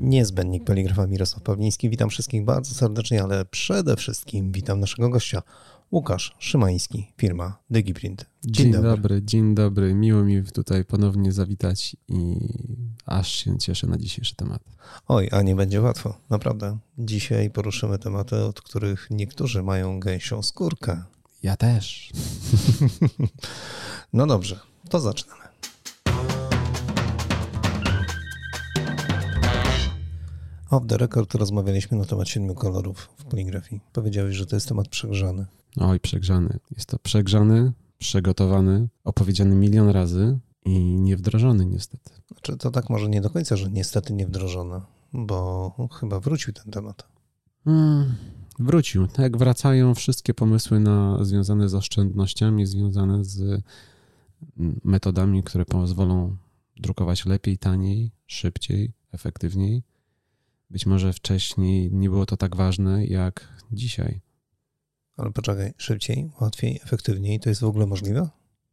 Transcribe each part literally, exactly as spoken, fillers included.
Niezbędnik poligrafa Mirosław Pawliński. Witam wszystkich bardzo serdecznie, ale przede wszystkim witam naszego gościa, Łukasz Szymański, firma Digiprint. Dzień, dzień dobry. dobry, dzień dobry. Miło mi tutaj ponownie zawitać i aż się cieszę na dzisiejszy temat. Oj, a nie będzie łatwo, naprawdę. Dzisiaj poruszymy tematy, od których niektórzy mają gęsią skórkę. Ja też. No dobrze, to zaczynamy. Off the record rozmawialiśmy na temat siedmiu kolorów w poligrafii. Powiedziałeś, że to jest temat przegrzany. Oj, przegrzany. Jest to przegrzany, przygotowany, opowiedziany milion razy i niewdrożony niestety. Znaczy to tak może nie do końca, że niestety niewdrożony, bo chyba wrócił ten temat. Hmm, wrócił. Tak jak wracają wszystkie pomysły na, związane z oszczędnościami, związane z metodami, które pozwolą drukować lepiej, taniej, szybciej, efektywniej. Być może wcześniej nie było to tak ważne jak dzisiaj. Ale poczekaj, szybciej, łatwiej, efektywniej, to jest w ogóle możliwe?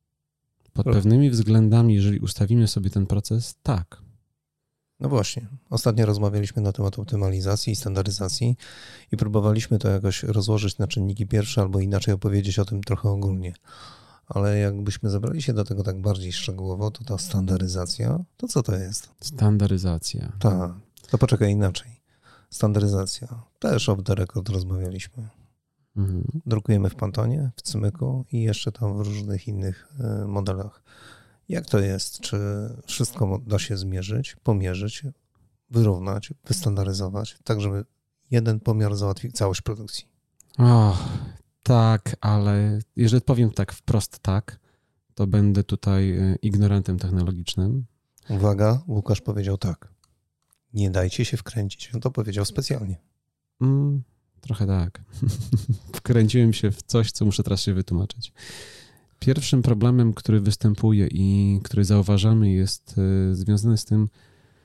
Pod pewnymi względami, jeżeli ustawimy sobie ten proces, tak. No właśnie. Ostatnio rozmawialiśmy na temat optymalizacji i standaryzacji i próbowaliśmy to jakoś rozłożyć na czynniki pierwsze albo inaczej opowiedzieć o tym trochę ogólnie. Ale jakbyśmy zabrali się do tego tak bardziej szczegółowo, to ta standaryzacja, to co to jest? Standaryzacja. Tak. To poczekaj inaczej. Standaryzacja. Też off the record rozmawialiśmy. Mhm. Drukujemy w Pantonie, w Cymyku i jeszcze tam w różnych innych modelach. Jak to jest? Czy wszystko da się zmierzyć, pomierzyć, wyrównać, wystandaryzować, tak żeby jeden pomiar załatwił całość produkcji? O, tak, ale jeżeli powiem tak wprost tak, to będę tutaj ignorantem technologicznym. Uwaga, Łukasz powiedział tak. Nie dajcie się wkręcić. On to powiedział specjalnie. Mm, trochę tak. Wkręciłem się w coś, co muszę teraz się wytłumaczyć. Pierwszym problemem, który występuje i który zauważamy, jest y, związany z tym,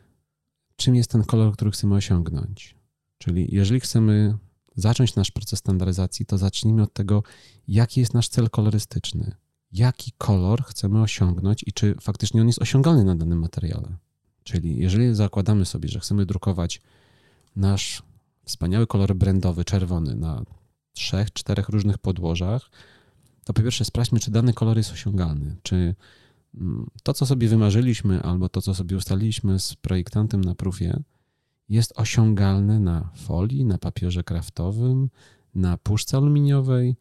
czym jest ten kolor, który chcemy osiągnąć. Czyli jeżeli chcemy zacząć nasz proces standaryzacji, to zacznijmy od tego, jaki jest nasz cel kolorystyczny. Jaki kolor chcemy osiągnąć i czy faktycznie on jest osiągalny na danym materiale. Czyli jeżeli zakładamy sobie, że chcemy drukować nasz wspaniały kolor brandowy, czerwony na trzech, czterech różnych podłożach, to po pierwsze sprawdźmy, czy dany kolor jest osiągalny. Czy to, co sobie wymarzyliśmy albo to, co sobie ustaliliśmy z projektantem na prófie, jest osiągalne na folii, na papierze kraftowym, na puszce aluminiowej,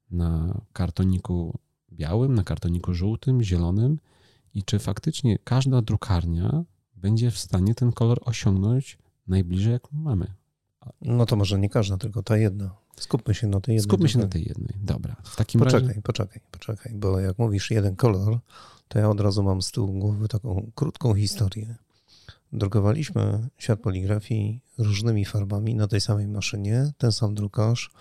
na kartoniku białym, na kartoniku żółtym, zielonym i czy faktycznie każda drukarnia będzie w stanie ten kolor osiągnąć najbliżej, jak mamy. No to może nie każda, tylko ta jedna. Skupmy się na tej jednej. Skupmy się na tej jednej. Dobra. W takim poczekaj, razie... poczekaj, poczekaj, bo jak mówisz jeden kolor, to ja od razu mam z tyłu głowy taką krótką historię. Drukowaliśmy świat poligrafii różnymi farbami na tej samej maszynie, ten sam drukarz,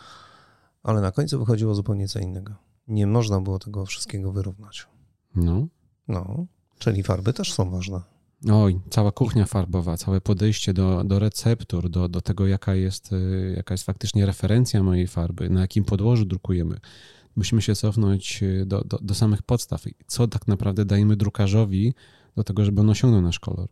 ale na końcu wychodziło zupełnie co innego. Nie można było tego wszystkiego wyrównać. No. No, czyli farby też są ważne. Oj, cała kuchnia farbowa, całe podejście do, do receptur, do, do tego, jaka jest, jaka jest faktycznie referencja mojej farby, na jakim podłożu drukujemy. Musimy się cofnąć do, do, do samych podstaw. Co tak naprawdę dajemy drukarzowi do tego, żeby on osiągnął nasz kolor.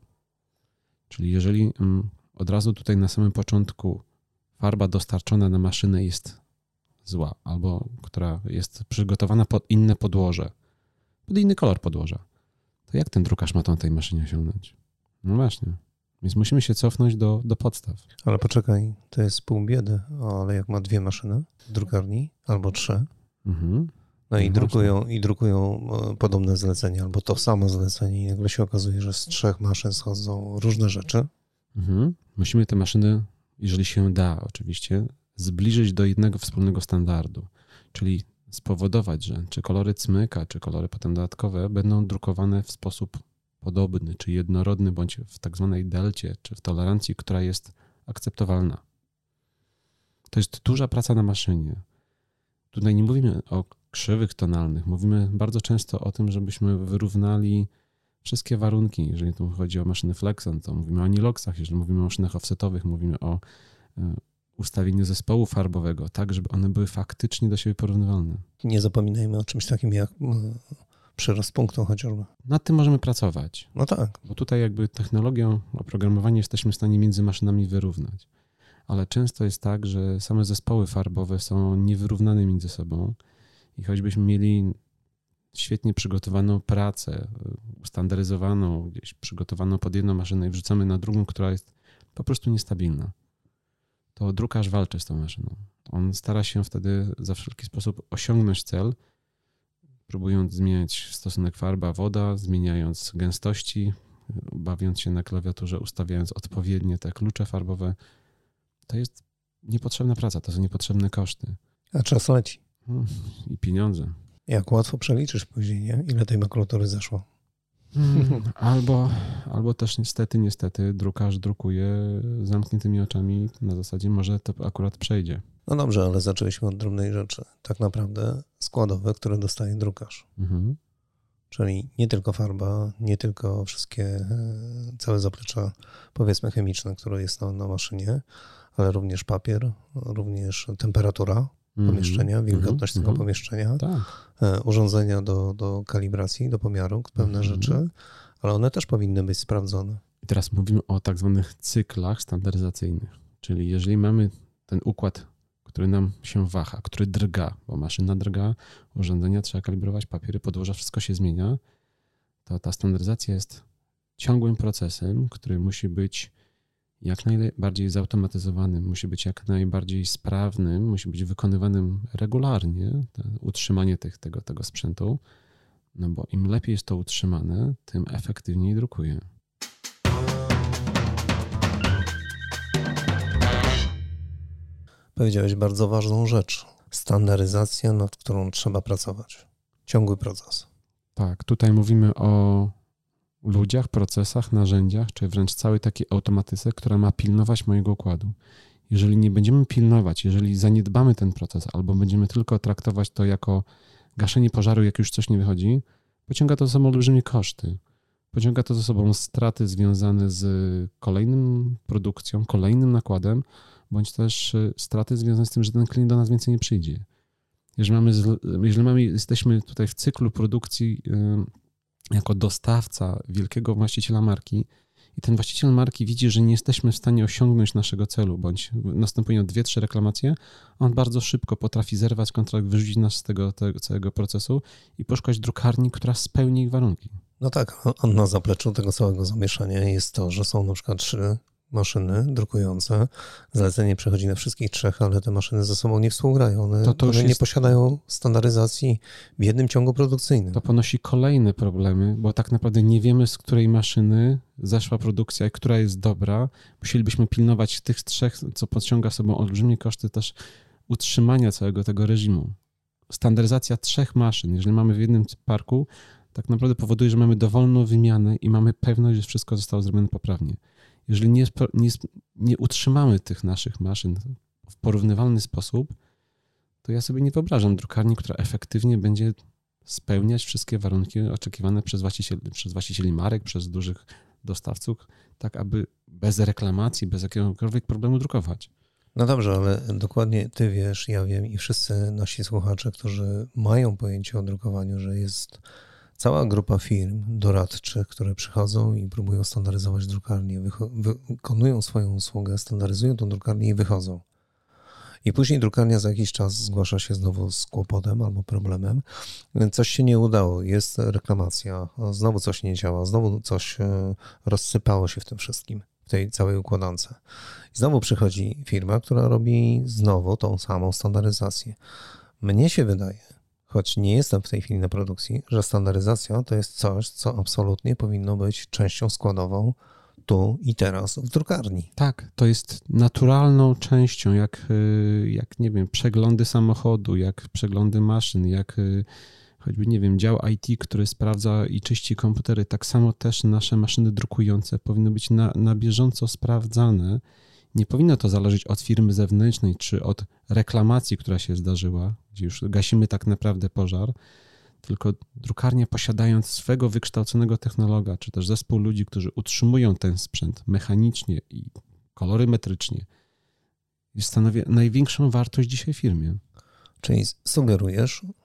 Czyli jeżeli od razu tutaj na samym początku farba dostarczona na maszynę jest zła, albo która jest przygotowana pod inne podłoże, pod inny kolor podłoża, to jak ten drukarz ma to na tej maszynie osiągnąć? No właśnie. Więc musimy się cofnąć do, do podstaw. Ale poczekaj, to jest pół biedy, ale jak ma dwie maszyny w drukarni, albo trzy, mhm. no i no drukują, i drukują podobne zlecenia, albo to samo zlecenie i nagle się okazuje, że z trzech maszyn schodzą różne rzeczy. Mhm. Musimy te maszyny, jeżeli się da oczywiście, zbliżyć do jednego wspólnego standardu, czyli spowodować, że czy kolory cmyka, czy kolory potem dodatkowe będą drukowane w sposób podobny, czy jednorodny, bądź w tak zwanej delcie, czy w tolerancji, która jest akceptowalna. To jest duża praca na maszynie. Tutaj nie mówimy o krzywych tonalnych, mówimy bardzo często o tym, żebyśmy wyrównali wszystkie warunki. Jeżeli tu chodzi o maszyny Flexon, to mówimy o aniloksach, jeżeli mówimy o maszynach offsetowych, mówimy o ustawieniu zespołu farbowego, tak, żeby one były faktycznie do siebie porównywalne. Nie zapominajmy o czymś takim jak Przyrost punktu chociażby. Nad tym możemy pracować. No tak. Bo tutaj jakby technologią oprogramowania jesteśmy w stanie między maszynami wyrównać. Ale często jest tak, że same zespoły farbowe są niewyrównane między sobą i choćbyśmy mieli świetnie przygotowaną pracę, ustandaryzowaną, gdzieś przygotowaną pod jedną maszynę i wrzucamy na drugą, która jest po prostu niestabilna, to drukarz walczy z tą maszyną. On stara się wtedy za wszelki sposób osiągnąć cel, próbując zmieniać stosunek farba-woda, zmieniając gęstości, bawiąc się na klawiaturze, ustawiając odpowiednie te klucze farbowe. To jest niepotrzebna praca, to są niepotrzebne koszty. A czas leci. I pieniądze. Jak łatwo przeliczysz później, nie? Ile tej makulatury zeszło. Hmm, albo, albo też niestety, niestety drukarz drukuje z zamkniętymi oczami na zasadzie może to akurat przejdzie. No dobrze, ale zaczęliśmy od drobnej rzeczy. Tak naprawdę składowe, które dostaje drukarz. Mhm. Czyli nie tylko farba, nie tylko wszystkie, całe zaplecze powiedzmy chemiczne, które jest na, na maszynie, ale również papier, również temperatura pomieszczenia, wilgotność mm-hmm. tego mm-hmm. pomieszczenia, tak. urządzenia do, do kalibracji, do pomiaru, pewne mm-hmm. rzeczy, ale one też powinny być sprawdzone. I teraz mówimy o tak zwanych cyklach standaryzacyjnych, czyli jeżeli mamy ten układ, który nam się waha, który drga, bo maszyna drga, urządzenia trzeba kalibrować, papiery, podłoża, wszystko się zmienia, to ta standaryzacja jest ciągłym procesem, który musi być jak najbardziej zautomatyzowanym, musi być jak najbardziej sprawnym, musi być wykonywanym regularnie, utrzymanie tych, tego, tego sprzętu, no bo im lepiej jest to utrzymane, tym efektywniej drukuje. Powiedziałeś bardzo ważną rzecz. Standaryzacja, nad którą trzeba pracować. Ciągły proces. Tak, tutaj mówimy o ludziach, procesach, narzędziach, czy wręcz całej takiej automatyce, która ma pilnować mojego układu. Jeżeli nie będziemy pilnować, jeżeli zaniedbamy ten proces, albo będziemy tylko traktować to jako gaszenie pożaru, jak już coś nie wychodzi, pociąga to za sobą olbrzymie koszty. Pociąga to za sobą straty związane z kolejnym produkcją, kolejnym nakładem, bądź też straty związane z tym, że ten klient do nas więcej nie przyjdzie. Jeżeli mamy, jeżeli mamy jesteśmy tutaj w cyklu produkcji jako dostawca wielkiego właściciela marki i ten właściciel marki widzi, że nie jesteśmy w stanie osiągnąć naszego celu, bądź następują dwie, trzy reklamacje, on bardzo szybko potrafi zerwać kontrakt, wyrzucić nas z tego, tego całego procesu i poszukać drukarni, która spełni ich warunki. No tak, a na zapleczu tego całego zamieszania jest to, że są na przykład trzy maszyny drukujące. Zlecenie przechodzi na wszystkich trzech, ale te maszyny ze sobą nie współgrają. One, to to one nie jest... posiadają standaryzacji w jednym ciągu produkcyjnym. To ponosi kolejne problemy, bo tak naprawdę nie wiemy, z której maszyny zeszła produkcja i która jest dobra. Musielibyśmy pilnować tych trzech, co podciąga sobą olbrzymie koszty też utrzymania całego tego reżimu. Standaryzacja trzech maszyn, jeżeli mamy w jednym parku, tak naprawdę powoduje, że mamy dowolną wymianę i mamy pewność, że wszystko zostało zrobione poprawnie. Jeżeli nie, nie, nie utrzymamy tych naszych maszyn w porównywalny sposób, to ja sobie nie wyobrażam drukarni, która efektywnie będzie spełniać wszystkie warunki oczekiwane przez właścicieli, przez właścicieli marek, przez dużych dostawców, tak aby bez reklamacji, bez jakiegokolwiek problemu drukować. No dobrze, ale dokładnie ty wiesz, ja wiem i wszyscy nasi słuchacze, którzy mają pojęcie o drukowaniu, że jest cała grupa firm doradczych, które przychodzą i próbują standaryzować drukarnię, wykonują swoją usługę, standaryzują tą drukarnię i wychodzą. I później drukarnia za jakiś czas zgłasza się znowu z kłopotem albo problemem. Coś się nie udało, jest reklamacja, znowu coś nie działa, znowu coś rozsypało się w tym wszystkim, w tej całej układance. I znowu przychodzi firma, która robi znowu tą samą standaryzację. Mnie się wydaje, choć nie jestem w tej chwili na produkcji, że standaryzacja to jest coś, co absolutnie powinno być częścią składową tu i teraz w drukarni. Tak, to jest naturalną częścią, jak, jak nie wiem, przeglądy samochodu, jak przeglądy maszyn, jak choćby, nie wiem, dział I T, który sprawdza i czyści komputery. Tak samo też nasze maszyny drukujące powinny być na, na bieżąco sprawdzane. Nie powinno to zależeć od firmy zewnętrznej czy od reklamacji, która się zdarzyła, gdzie już gasimy tak naprawdę pożar, tylko drukarnia, posiadając swego wykształconego technologa, czy też zespół ludzi, którzy utrzymują ten sprzęt mechanicznie i kolorymetrycznie, stanowi największą wartość dzisiaj w firmie. Czyli sugerujesz,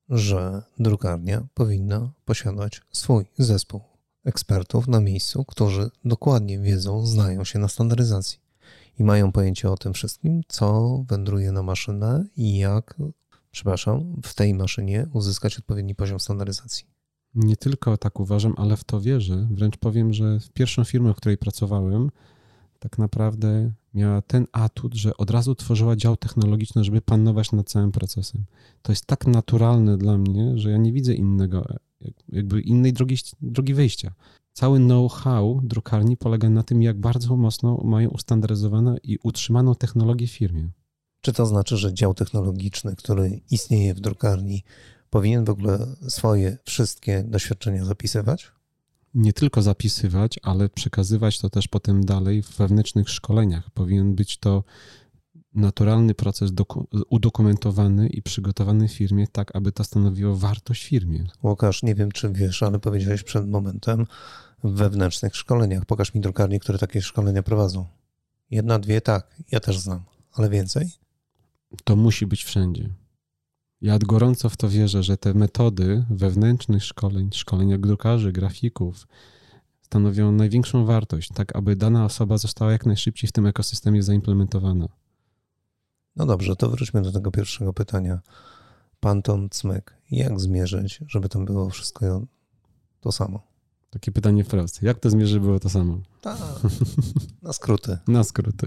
że drukarnia powinna posiadać swój zespół ekspertów na miejscu, którzy dokładnie wiedzą, znają się na standaryzacji i mają pojęcie o tym wszystkim, co wędruje na maszynę i jak, przepraszam, w tej maszynie uzyskać odpowiedni poziom standaryzacji. Nie tylko tak uważam, ale w to wierzę. Wręcz powiem, że w pierwszą firmę, w której pracowałem, tak naprawdę miała ten atut, że od razu tworzyła dział technologiczny, żeby panować nad całym procesem. To jest tak naturalne dla mnie, że ja nie widzę innego, jakby innej drogi, drogi wyjścia. Cały know-how drukarni polega na tym, jak bardzo mocno mają ustandaryzowaną i utrzymaną technologię w firmie. Czy to znaczy, że dział technologiczny, który istnieje w drukarni, powinien w ogóle swoje wszystkie doświadczenia zapisywać? Nie tylko zapisywać, ale przekazywać to też potem dalej w wewnętrznych szkoleniach. Powinien być to naturalny proces doku- udokumentowany i przygotowany w firmie tak, aby to stanowiło wartość w firmie. Łukasz, nie wiem, czy wiesz, ale powiedziałeś przed momentem w wewnętrznych szkoleniach. Pokaż mi drukarnie, które takie szkolenia prowadzą. Jedna, dwie, tak, ja też znam, ale więcej? To musi być wszędzie. Ja gorąco w to wierzę, że te metody wewnętrznych szkoleń, szkolenia drukarzy, grafików stanowią największą wartość, tak aby dana osoba została jak najszybciej w tym ekosystemie zaimplementowana. No dobrze, to wróćmy do tego pierwszego pytania. Pantone, cmyk. Jak zmierzyć, żeby tam było wszystko to samo? Takie pytanie wprost. Jak to zmierzy, było to samo? Tak, na skróty. Na skróty.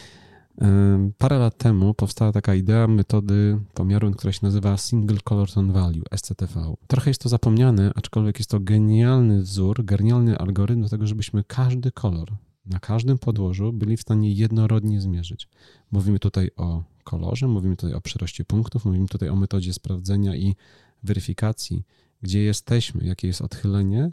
Parę lat temu powstała taka idea metody pomiaru, która się nazywa Single Color Tone Value, S C T V. Trochę jest to zapomniane, aczkolwiek jest to genialny wzór, genialny algorytm do tego, żebyśmy każdy kolor na każdym podłożu byli w stanie jednorodnie zmierzyć. Mówimy tutaj o kolorze, mówimy tutaj o przyroście punktów, mówimy tutaj o metodzie sprawdzenia i weryfikacji, gdzie jesteśmy, jakie jest odchylenie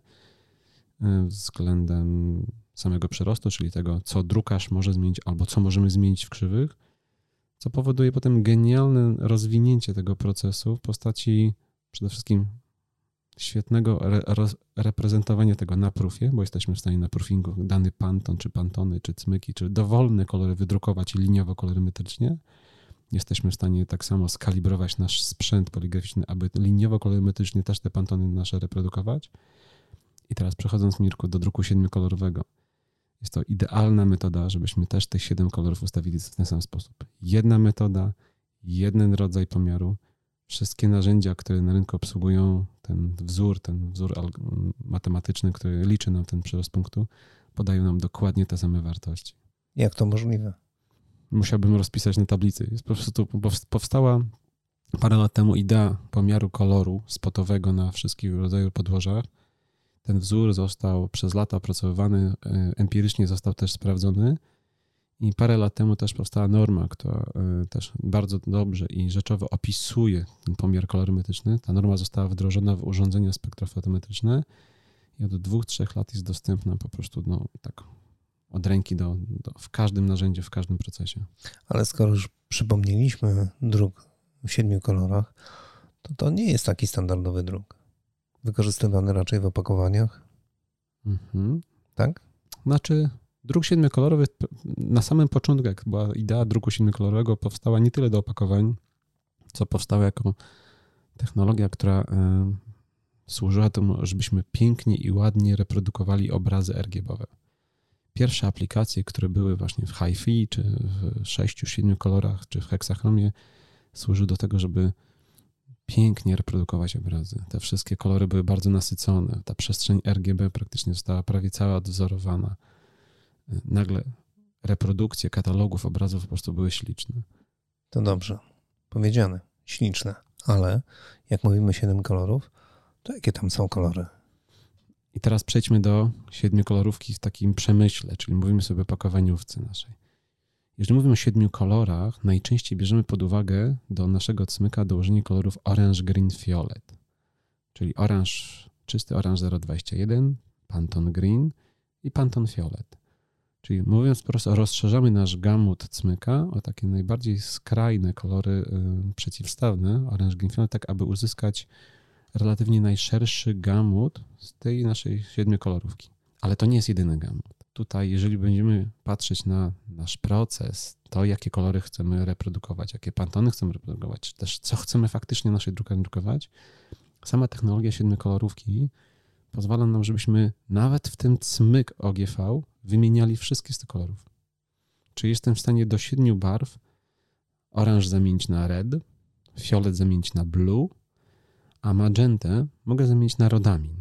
względem samego przyrostu, czyli tego, co drukarz może zmienić albo co możemy zmienić w krzywych, co powoduje potem genialne rozwinięcie tego procesu w postaci przede wszystkim świetnego re- re- reprezentowania tego na proofie, bo jesteśmy w stanie na proofingu dany Pantone, czy Pantony, czy cmyki, czy dowolne kolory wydrukować liniowo, kolorymetrycznie. Jesteśmy w stanie tak samo skalibrować nasz sprzęt poligraficzny, aby liniowo, kolorymetrycznie też te Pantony nasze reprodukować. I teraz przechodząc, Mirku, do druku siedmiokolorowego. Jest to idealna metoda, żebyśmy też tych siedem kolorów ustawili w ten sam sposób. Jedna metoda, jeden rodzaj pomiaru, wszystkie narzędzia, które na rynku obsługują ten wzór, ten wzór matematyczny, który liczy nam ten przyrost punktu, podają nam dokładnie te same wartości. Jak to możliwe? Musiałbym rozpisać na tablicy. Jest po prostu powstała parę lat temu idea pomiaru koloru spotowego na wszystkich rodzajach podłożach. Ten wzór został przez lata opracowywany, empirycznie został też sprawdzony i parę lat temu też powstała norma, która też bardzo dobrze i rzeczowo opisuje ten pomiar kolorymetryczny. Ta norma została wdrożona w urządzenia spektrofotometryczne i od dwóch, trzech lat jest dostępna po prostu no, tak od ręki do, do, w każdym narzędziu, w każdym procesie. Ale skoro już przypomnieliśmy druk w siedmiu kolorach, to to nie jest taki standardowy druk. Wykorzystywany raczej w opakowaniach? Mhm. Tak? Znaczy, druk siedmiokolorowy na samym początku, jak była idea druku siedmiokolorowego, powstała nie tyle do opakowań, co powstała jako technologia, która e, służyła temu, żebyśmy pięknie i ładnie reprodukowali obrazy er gie bowe. Pierwsze aplikacje, które były właśnie w hi-fi, czy w sześciu, siedmiu kolorach, czy w heksachromie, służyły do tego, żeby pięknie reprodukować obrazy. Te wszystkie kolory były bardzo nasycone. Ta przestrzeń er gie be praktycznie została prawie cała odwzorowana. Nagle reprodukcje katalogów obrazów po prostu były śliczne. To dobrze powiedziane. Śliczne. Ale jak mówimy siedem kolorów, to jakie tam są kolory? I teraz przejdźmy do siedmiokolorówki w takim przemyśle, czyli mówimy sobie o pakowaniówce naszej. Jeżeli mówimy o siedmiu kolorach, najczęściej bierzemy pod uwagę do naszego cmyka dołożenie kolorów orange, green, violet. Czyli oranż, czysty oranż zero dwadzieścia jeden, Pantone green i Pantone violet. Czyli mówiąc po prostu, rozszerzamy nasz gamut cmyka o takie najbardziej skrajne kolory y, przeciwstawne, orange, green, violet, tak aby uzyskać relatywnie najszerszy gamut z tej naszej siedmiokolorówki. Ale to nie jest jedyny gamut. tutaj, jeżeli będziemy patrzeć na nasz proces, to jakie kolory chcemy reprodukować, jakie pantony chcemy reprodukować, czy też co chcemy faktycznie naszej drukarni drukować, sama technologia siedmiokolorówki pozwala nam, żebyśmy nawet w tym cmyk O G V wymieniali wszystkie z tych kolorów. Czyli jestem w stanie do siedmiu barw oranż zamienić na red, fiolet zamienić na blue, a magentę mogę zamienić na rodamin.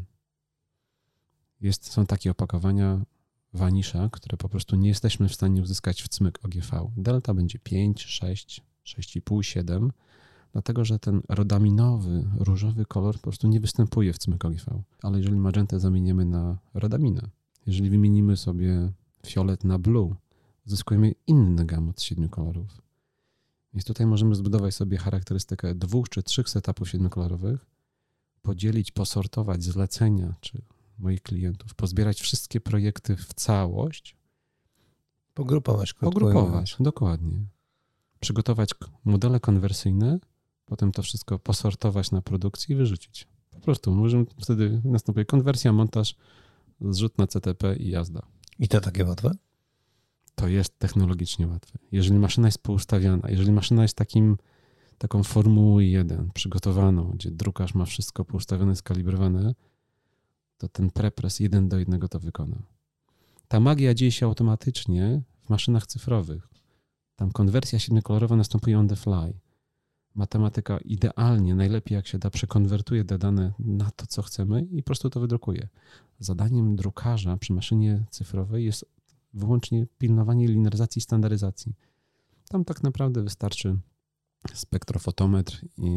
Jest, są takie opakowania wanisza, które po prostu nie jesteśmy w stanie uzyskać w cmyk O G V. Delta będzie pięć, sześć, sześć i pół, siedem, dlatego że ten rodaminowy, różowy kolor po prostu nie występuje w cmyk O G V. Ale jeżeli magentę zamienimy na rodaminę, jeżeli wymienimy sobie fiolet na blue, uzyskujemy inny gamut z siedmiu kolorów. Więc tutaj możemy zbudować sobie charakterystykę dwóch czy trzech setupów siedmiokolorowych, podzielić, posortować zlecenia czy moich klientów, pozbierać wszystkie projekty w całość. Pogrupować. Pogrupować, dokładnie. Przygotować modele konwersyjne, potem to wszystko posortować na produkcji i wyrzucić. Po prostu możemy, wtedy następuje konwersja, montaż, zrzut na C T P i jazda. I to takie łatwe? To jest technologicznie łatwe. Jeżeli maszyna jest poustawiana, jeżeli maszyna jest takim, taką formułą jeden przygotowaną, gdzie drukarz ma wszystko poustawione, skalibrowane, to ten prepres jeden do jednego to wykona. Ta magia dzieje się automatycznie w maszynach cyfrowych. Tam konwersja siedmiokolorowa następuje on the fly. Matematyka idealnie, najlepiej jak się da, przekonwertuje te dane na to, co chcemy i po prostu to wydrukuje. Zadaniem drukarza przy maszynie cyfrowej jest wyłącznie pilnowanie linearyzacji i standaryzacji. Tam tak naprawdę wystarczy spektrofotometr i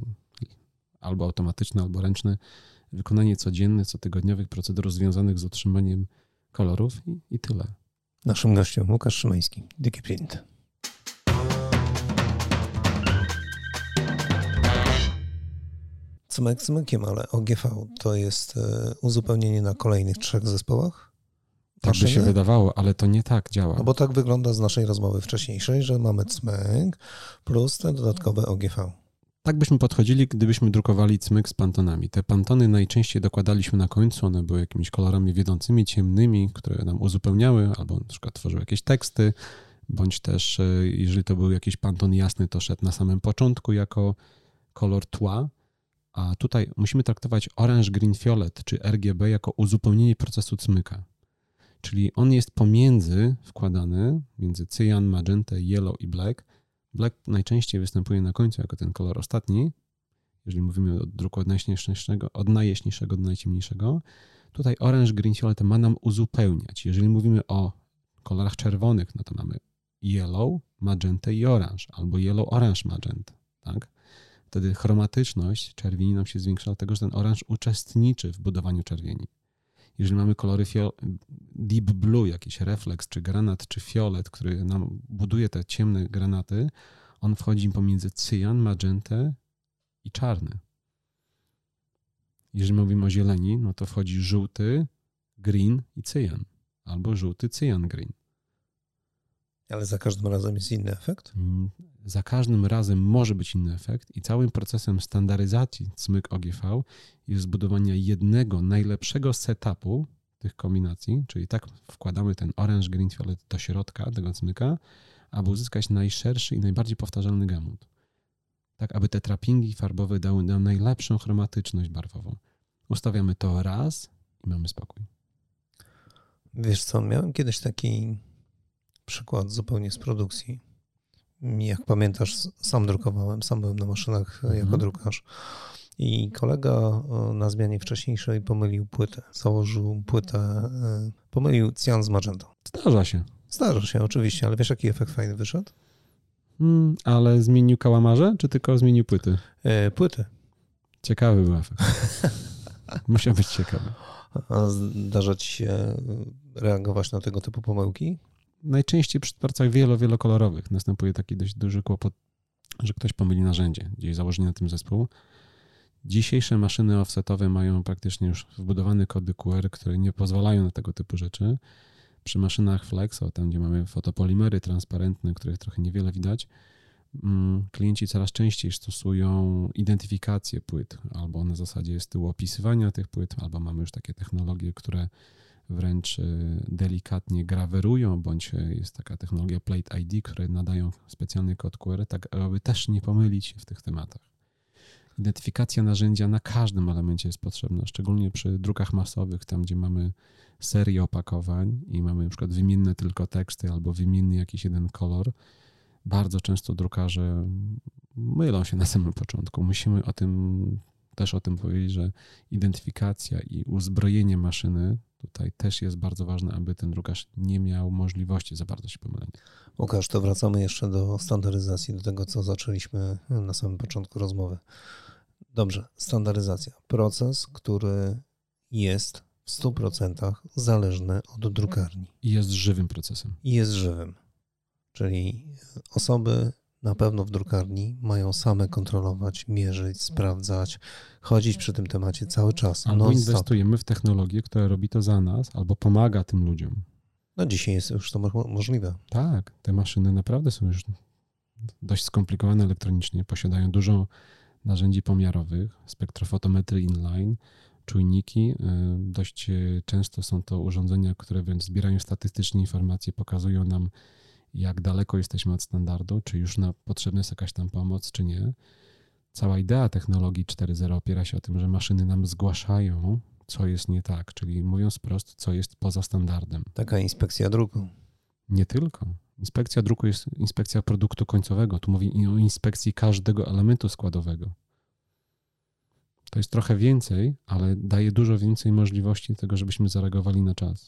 albo automatyczny, albo ręczny, wykonanie codzienne, cotygodniowych procedur związanych z utrzymaniem kolorów i, i tyle. Naszym gościem Łukasz Szymański, DigiPrint. Cmyk cmykiem, ale O G V to jest uzupełnienie na kolejnych trzech zespołach? Tak by się wydawało, ale to nie tak działa. No bo tak wygląda z naszej rozmowy wcześniejszej, że mamy cmyk plus te dodatkowe O G V. Tak byśmy podchodzili, gdybyśmy drukowali cmyk z pantonami. Te pantony najczęściej dokładaliśmy na końcu, one były jakimiś kolorami wiodącymi, ciemnymi, które nam uzupełniały, albo na przykład tworzyły jakieś teksty, bądź też, jeżeli to był jakiś panton jasny, to szedł na samym początku jako kolor tła, a tutaj musimy traktować orange, green, violet, czy R G B jako uzupełnienie procesu cmyka. Czyli on jest pomiędzy wkładany, między cyjan, magentę, yellow i black. Black najczęściej występuje na końcu jako ten kolor ostatni, jeżeli mówimy o druku od najjaśniejszego, od najjaśniejszego do najciemniejszego. Tutaj orange, green, violet ma nam uzupełniać. Jeżeli mówimy o kolorach czerwonych, no to mamy yellow, magentę i orange, albo yellow, orange, magenta, tak? Wtedy chromatyczność czerwieni nam się zwiększa, dlatego że ten oranż uczestniczy w budowaniu czerwieni. Jeżeli mamy kolory fio- deep blue, jakiś refleks, czy granat, czy fiolet, który nam buduje te ciemne granaty, on wchodzi pomiędzy cyjan, magentę i czarny. Jeżeli mówimy o zieleni, no to wchodzi żółty, green i cyjan, albo żółty, cyjan, green. Ale za każdym razem jest inny efekt? Za każdym razem może być inny efekt i całym procesem standaryzacji cmyk O G V jest zbudowania jednego najlepszego setupu tych kombinacji, czyli tak wkładamy ten orange, green, violet do środka tego cmyka, aby uzyskać najszerszy i najbardziej powtarzalny gamut. Tak, aby te trappingi farbowe dały nam najlepszą chromatyczność barwową. Ustawiamy to raz i mamy spokój. Wiesz co, miałem kiedyś taki przykład zupełnie z produkcji. Jak pamiętasz, sam drukowałem, sam byłem na maszynach mhm. jako drukarz. I kolega na zmianie wcześniejszej pomylił płytę. Założył płytę, pomylił cyjan z magentą. Zdarza się. Zdarza się, oczywiście, ale wiesz, jaki efekt fajny wyszedł? Hmm, ale zmienił kałamarze, czy tylko zmienił płyty? E, płyty. Ciekawy był efekt. Musiał być ciekawy. A zdarza ci się reagować na tego typu pomyłki? Najczęściej przy pracach wielo, wielokolorowych następuje taki dość duży kłopot, że ktoś pomyli narzędzie, gdzieś założenie na tym zespół. Dzisiejsze maszyny offsetowe mają praktycznie już wbudowane kody Q R, które nie pozwalają na tego typu rzeczy. Przy maszynach Flexo, tam gdzie mamy fotopolimery transparentne, których trochę niewiele widać, klienci coraz częściej stosują identyfikację płyt, albo na zasadzie z tyłu opisywania tych płyt, albo mamy już takie technologie, które wręcz delikatnie grawerują, bądź jest taka technologia Plate I D, które nadają specjalny kod Q R, tak aby też nie pomylić się w tych tematach. Identyfikacja narzędzia na każdym elemencie jest potrzebna, szczególnie przy drukach masowych, tam gdzie mamy serię opakowań i mamy na przykład wymienne tylko teksty albo wymienny jakiś jeden kolor. Bardzo często drukarze mylą się na samym początku. Musimy o tym też o tym powiedzieć, że identyfikacja i uzbrojenie maszyny tutaj też jest bardzo ważne, aby ten drukarz nie miał możliwości za bardzo się pomylenia. Łukasz, to wracamy jeszcze do standaryzacji, do tego, co zaczęliśmy na samym początku rozmowy. Dobrze, standaryzacja. Proces, który jest w stu procentach zależny od drukarni. I jest żywym procesem. I jest żywym. Czyli osoby na pewno w drukarni mają same kontrolować, mierzyć, sprawdzać, chodzić przy tym temacie cały czas. Albo inwestujemy w technologię, która robi to za nas, albo pomaga tym ludziom. No dzisiaj jest już to możliwe. Tak, te maszyny naprawdę są już dość skomplikowane elektronicznie, posiadają dużo narzędzi pomiarowych, spektrofotometry inline, czujniki. Dość często są to urządzenia, które wręcz zbierają statystycznie informacje, pokazują nam, jak daleko jesteśmy od standardu, czy już na, potrzebna jest jakaś tam pomoc, czy nie. Cała idea technologii cztery zero opiera się o tym, że maszyny nam zgłaszają, co jest nie tak, czyli mówiąc wprost, co jest poza standardem. Taka inspekcja druku. Nie tylko. Inspekcja druku jest inspekcja produktu końcowego. Tu mówi o inspekcji każdego elementu składowego. To jest trochę więcej, ale daje dużo więcej możliwości tego, żebyśmy zareagowali na czas.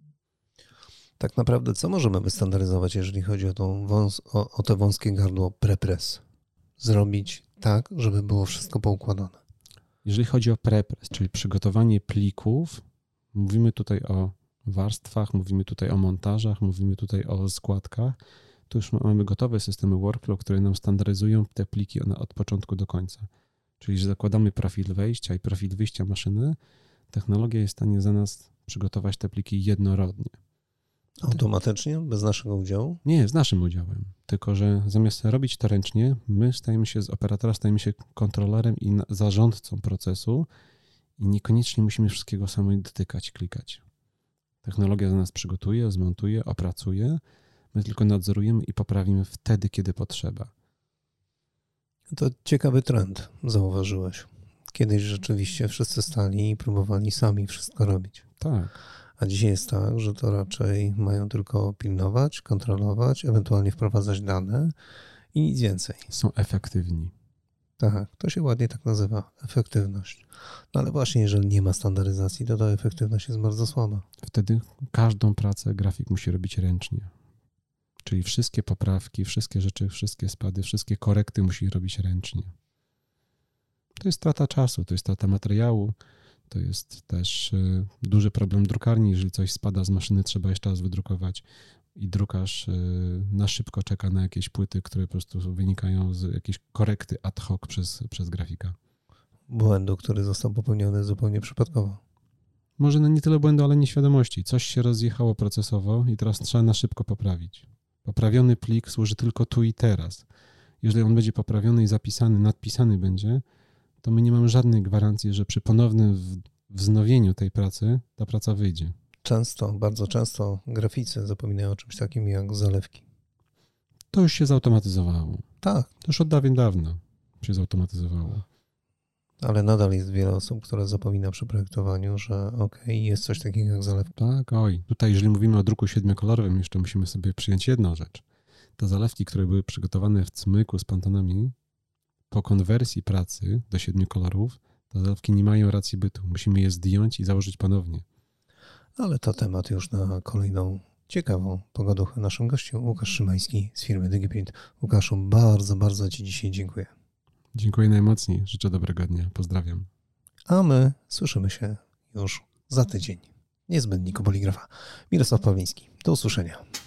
Tak naprawdę co możemy wystandaryzować, jeżeli chodzi o, tą wąs- o, o te wąskie gardło prepress? Zrobić tak, żeby było wszystko poukładane. Jeżeli chodzi o prepress, czyli przygotowanie plików, mówimy tutaj o warstwach, mówimy tutaj o montażach, mówimy tutaj o składkach, to już mamy gotowe systemy workflow, które nam standaryzują te pliki od początku do końca. Czyli że zakładamy profil wejścia i profil wyjścia maszyny, technologia jest w stanie za nas przygotować te pliki jednorodnie. Automatycznie, bez naszego udziału? Nie, z naszym udziałem. Tylko że zamiast robić to ręcznie, my stajemy się z operatora, stajemy się kontrolerem i zarządcą procesu i niekoniecznie musimy wszystkiego sami dotykać, klikać. Technologia za nas przygotuje, zmontuje, opracuje, my tylko nadzorujemy i poprawimy wtedy, kiedy potrzeba. To ciekawy trend, zauważyłeś. Kiedyś rzeczywiście wszyscy stali i próbowali sami wszystko robić. Tak. A dzisiaj jest tak, że to raczej mają tylko pilnować, kontrolować, ewentualnie wprowadzać dane i nic więcej. Są efektywni. Tak, to się ładnie tak nazywa, efektywność. No ale właśnie, jeżeli nie ma standaryzacji, to ta efektywność jest bardzo słaba. Wtedy każdą pracę grafik musi robić ręcznie. Czyli wszystkie poprawki, wszystkie rzeczy, wszystkie spady, wszystkie korekty musi robić ręcznie. To jest strata czasu, to jest strata materiału, to jest też duży problem drukarni. Jeżeli coś spada z maszyny, trzeba jeszcze raz wydrukować i drukarz na szybko czeka na jakieś płyty, które po prostu wynikają z jakiejś korekty ad hoc przez, przez grafika. Błędu, który został popełniony zupełnie przypadkowo. Może nie tyle błędu, ale nieświadomości. Coś się rozjechało procesowo i teraz trzeba na szybko poprawić. Poprawiony plik służy tylko tu i teraz. Jeżeli on będzie poprawiony i zapisany, nadpisany będzie, to my nie mamy żadnej gwarancji, że przy ponownym wznowieniu tej pracy ta praca wyjdzie. Często, bardzo często graficy zapominają o czymś takim jak zalewki. To już się zautomatyzowało. Tak. To już od dawien dawna się zautomatyzowało. Ale nadal jest wiele osób, które zapomina przy projektowaniu, że okej, okay, jest coś takiego jak zalewka. Tak, oj. Tutaj jeżeli mówimy o druku siedmiokolorowym, jeszcze musimy sobie przyjąć jedną rzecz. Te zalewki, które były przygotowane w cmyku z pantonami, po konwersji pracy do siedmiu kolorów, te zalewki nie mają racji bytu. Musimy je zdjąć i założyć ponownie. Ale to temat już na kolejną ciekawą pogaduchę. Naszym gościem Łukasz Szymański z firmy DigiPrint. Łukaszu, bardzo, bardzo Ci dzisiaj dziękuję. Dziękuję najmocniej. Życzę dobrego dnia. Pozdrawiam. A my słyszymy się już za tydzień. Niezbędniku Poligrafa. Mirosław Pawliński. Do usłyszenia.